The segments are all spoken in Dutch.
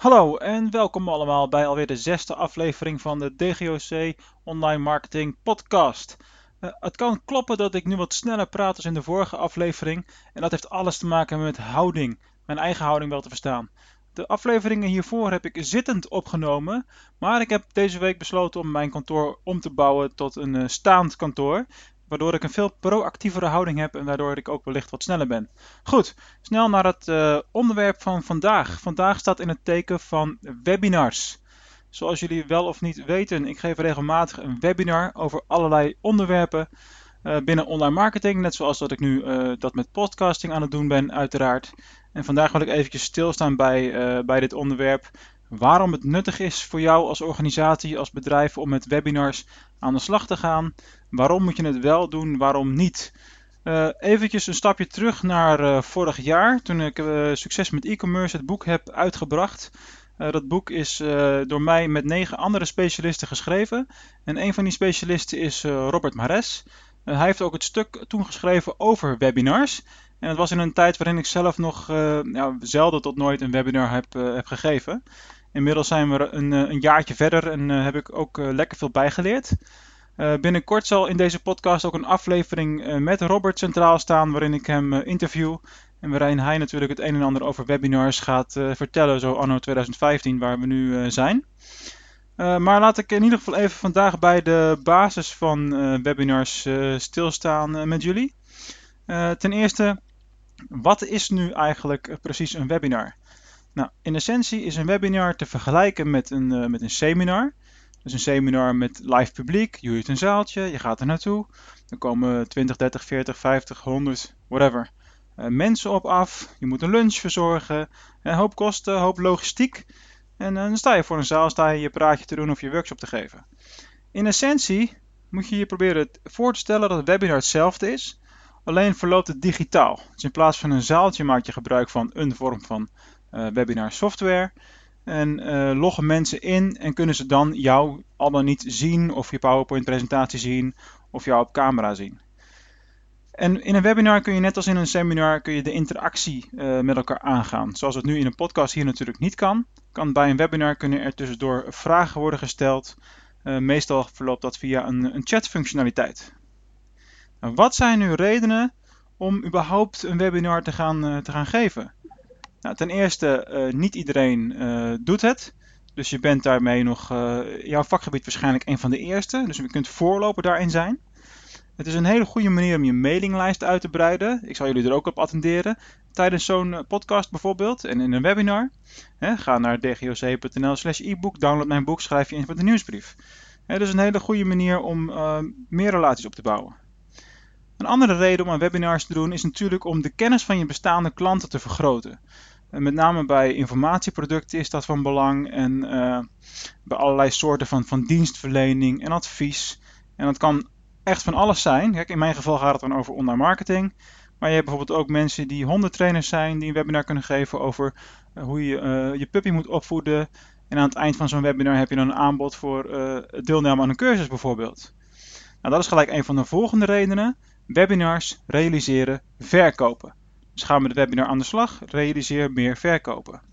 Hallo en welkom allemaal bij alweer de zesde aflevering van de DGOC Online Marketing Podcast. Het kan kloppen dat ik nu wat sneller praat als in de vorige aflevering en dat heeft alles te maken met houding, mijn eigen houding wel te verstaan. De afleveringen hiervoor heb ik zittend opgenomen, maar ik heb deze week besloten om mijn kantoor om te bouwen tot een staand kantoor, waardoor ik een veel proactievere houding heb en waardoor ik ook wellicht wat sneller ben. Goed, snel naar het onderwerp van vandaag. Vandaag staat in het teken van webinars. Zoals jullie wel of niet weten, ik geef regelmatig een webinar over allerlei onderwerpen binnen online marketing. Net zoals dat ik nu dat met podcasting aan het doen ben, uiteraard. En vandaag wil ik eventjes stilstaan bij dit onderwerp. Waarom het nuttig is voor jou als organisatie, als bedrijf om met webinars aan de slag te gaan. Waarom moet je het wel doen, waarom niet? Eventjes een stapje terug naar vorig jaar, toen ik Succes met e-commerce het boek heb uitgebracht. Dat boek is door mij met 9 andere specialisten geschreven. En een van die specialisten is Robert Mares. Hij heeft ook het stuk toen geschreven over webinars. En dat was in een tijd waarin ik zelf nog zelden tot nooit een webinar heb gegeven. Inmiddels zijn we een jaartje verder en heb ik ook lekker veel bijgeleerd. Binnenkort zal in deze podcast ook een aflevering met Robert centraal staan, waarin ik hem interview. En waarin hij natuurlijk het een en ander over webinars gaat vertellen, zo anno 2015, waar we nu zijn. Maar laat ik in ieder geval even vandaag bij de basis van webinars stilstaan met jullie. Ten eerste, wat is nu eigenlijk precies een webinar? Nou, in essentie is een webinar te vergelijken met een seminar. Dus een seminar met live publiek, je huurt een zaaltje, je gaat er naartoe. Er komen 20, 30, 40, 50, 100, whatever, mensen op af. Je moet een lunch verzorgen, een hoop kosten, een hoop logistiek. En dan sta je voor een zaal, sta je je praatje te doen of je workshop te geven. In essentie moet je je proberen voor te stellen dat het webinar hetzelfde is, alleen verloopt het digitaal. Dus in plaats van een zaaltje maak je gebruik van een vorm van webinar software. En loggen mensen in en kunnen ze dan jou al dan niet zien of je PowerPoint presentatie zien of jou op camera zien. En in een webinar kun je net als in een seminar kun je de interactie met elkaar aangaan. Zoals het nu in een podcast hier natuurlijk niet kan bij een webinar kunnen er tussendoor vragen worden gesteld. Meestal verloopt dat via een chatfunctionaliteit. Nou, wat zijn nu redenen om überhaupt een webinar te gaan geven? Nou, ten eerste, niet iedereen doet het. Dus je bent daarmee nog, jouw vakgebied waarschijnlijk een van de eerste. Dus je kunt voorloper daarin zijn. Het is een hele goede manier om je mailinglijst uit te breiden. Ik zal jullie er ook op attenderen. Tijdens zo'n podcast bijvoorbeeld en in een webinar. Ga naar dgoc.nl/ebook, download mijn boek, schrijf je in voor de nieuwsbrief. Dus een hele goede manier om meer relaties op te bouwen. Een andere reden om aan webinars te doen is natuurlijk om de kennis van je bestaande klanten te vergroten. Met name bij informatieproducten is dat van belang en bij allerlei soorten van dienstverlening en advies. En dat kan echt van alles zijn. Kijk, in mijn geval gaat het dan over online marketing. Maar je hebt bijvoorbeeld ook mensen die hondentrainers zijn die een webinar kunnen geven over hoe je je puppy moet opvoeden. En aan het eind van zo'n webinar heb je dan een aanbod voor het deelnemen aan een cursus bijvoorbeeld. Nou, dat is gelijk een van de volgende redenen. Webinars realiseren verkopen. Dus ga met het webinar aan de slag, realiseer meer verkopen.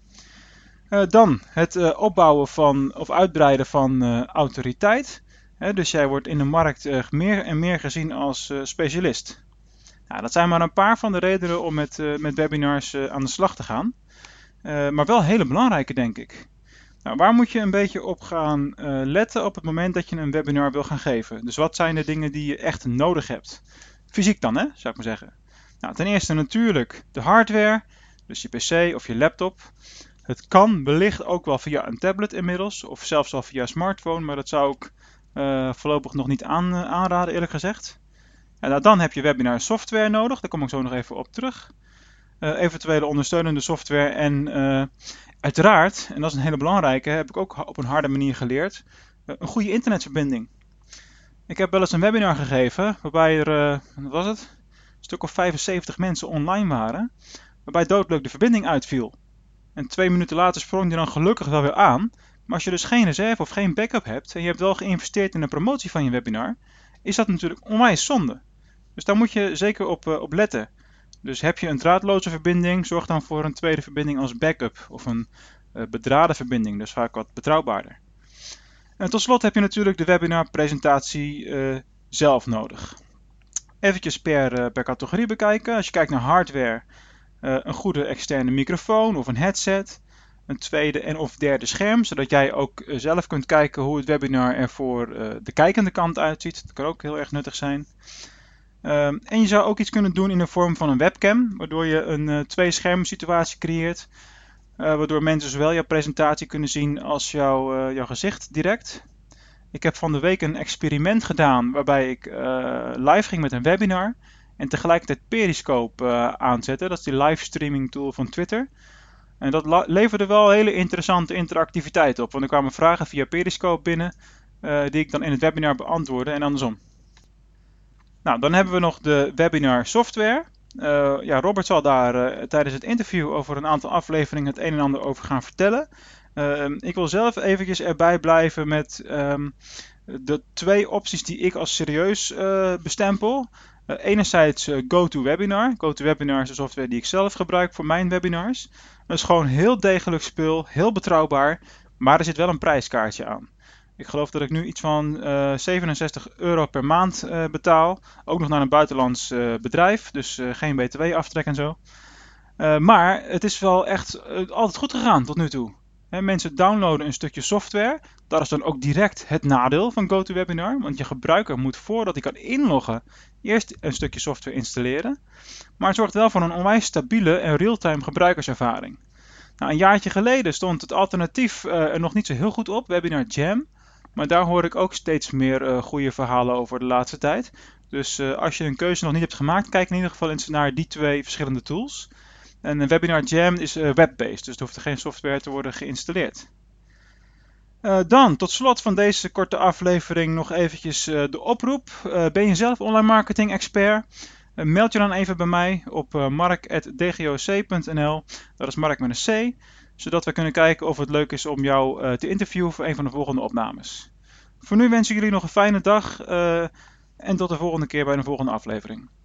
Dan het opbouwen van of uitbreiden van autoriteit. Dus jij wordt in de markt meer en meer gezien als specialist. Nou, dat zijn maar een paar van de redenen om met webinars aan de slag te gaan. Maar wel hele belangrijke, denk ik. Nou, waar moet je een beetje op gaan letten op het moment dat je een webinar wil gaan geven? Dus wat zijn de dingen die je echt nodig hebt? Fysiek dan, zou ik maar zeggen. Nou, ten eerste natuurlijk de hardware, dus je pc of je laptop. Het kan wellicht ook wel via een tablet inmiddels, of zelfs al via een smartphone, maar dat zou ik voorlopig nog niet aanraden, eerlijk gezegd. En nou, dan heb je webinar software nodig, daar kom ik zo nog even op terug. Eventuele ondersteunende software en uiteraard, en dat is een hele belangrijke, heb ik ook op een harde manier geleerd, een goede internetverbinding. Ik heb wel eens een webinar gegeven waarbij er, wat was het? Een stuk of 75 mensen online waren, waarbij doodleuk de verbinding uitviel. En 2 minuten later sprong die dan gelukkig wel weer aan. Maar als je dus geen reserve of geen backup hebt en je hebt wel geïnvesteerd in de promotie van je webinar, is dat natuurlijk onwijs zonde. Dus daar moet je zeker op letten. Dus heb je een draadloze verbinding, zorg dan voor een tweede verbinding als backup of een bedraden verbinding, dus vaak wat betrouwbaarder. En tot slot heb je natuurlijk de webinarpresentatie zelf nodig. Eventjes per categorie bekijken. Als je kijkt naar hardware, een goede externe microfoon of een headset, een tweede en of derde scherm, zodat jij ook zelf kunt kijken hoe het webinar er voor de kijkende kant uitziet. Dat kan ook heel erg nuttig zijn. En je zou ook iets kunnen doen in de vorm van een webcam, waardoor je een twee-scherm situatie creëert, waardoor mensen zowel jouw presentatie kunnen zien als jouw gezicht direct. Ik heb van de week een experiment gedaan waarbij ik live ging met een webinar en tegelijkertijd Periscope aanzette. Dat is die livestreaming tool van Twitter. En dat leverde wel hele interessante interactiviteit op, want er kwamen vragen via Periscope binnen die ik dan in het webinar beantwoordde en andersom. Nou, dan hebben we nog de webinar software. Robert zal daar tijdens het interview over een aantal afleveringen het een en ander over gaan vertellen. Ik wil zelf eventjes erbij blijven met de twee opties die ik als serieus bestempel. Enerzijds GoToWebinar. GoToWebinar is de software die ik zelf gebruik voor mijn webinars. Dat is gewoon heel degelijk spul, heel betrouwbaar, maar er zit wel een prijskaartje aan. Ik geloof dat ik nu iets van €67 per maand betaal. Ook nog naar een buitenlands bedrijf, dus geen btw-aftrek en zo. Maar het is wel echt altijd goed gegaan tot nu toe. Mensen downloaden een stukje software. Dat is dan ook direct het nadeel van GoToWebinar. Want je gebruiker moet voordat hij kan inloggen eerst een stukje software installeren. Maar het zorgt wel voor een onwijs stabiele en real-time gebruikerservaring. Nou, een jaartje geleden stond het alternatief er nog niet zo heel goed op, Webinar Jam. Maar daar hoor ik ook steeds meer goede verhalen over de laatste tijd. Dus als je een keuze nog niet hebt gemaakt, kijk in ieder geval eens naar die twee verschillende tools. En Webinar Jam is web-based, dus er hoeft er geen software te worden geïnstalleerd. Dan, tot slot van deze korte aflevering nog eventjes de oproep. Ben je zelf online marketing expert? Meld je dan even bij mij op mark@dgoc.nl. Dat is Mark met een C. Zodat we kunnen kijken of het leuk is om jou te interviewen voor een van de volgende opnames. Voor nu wens ik jullie nog een fijne dag en tot de volgende keer bij de volgende aflevering.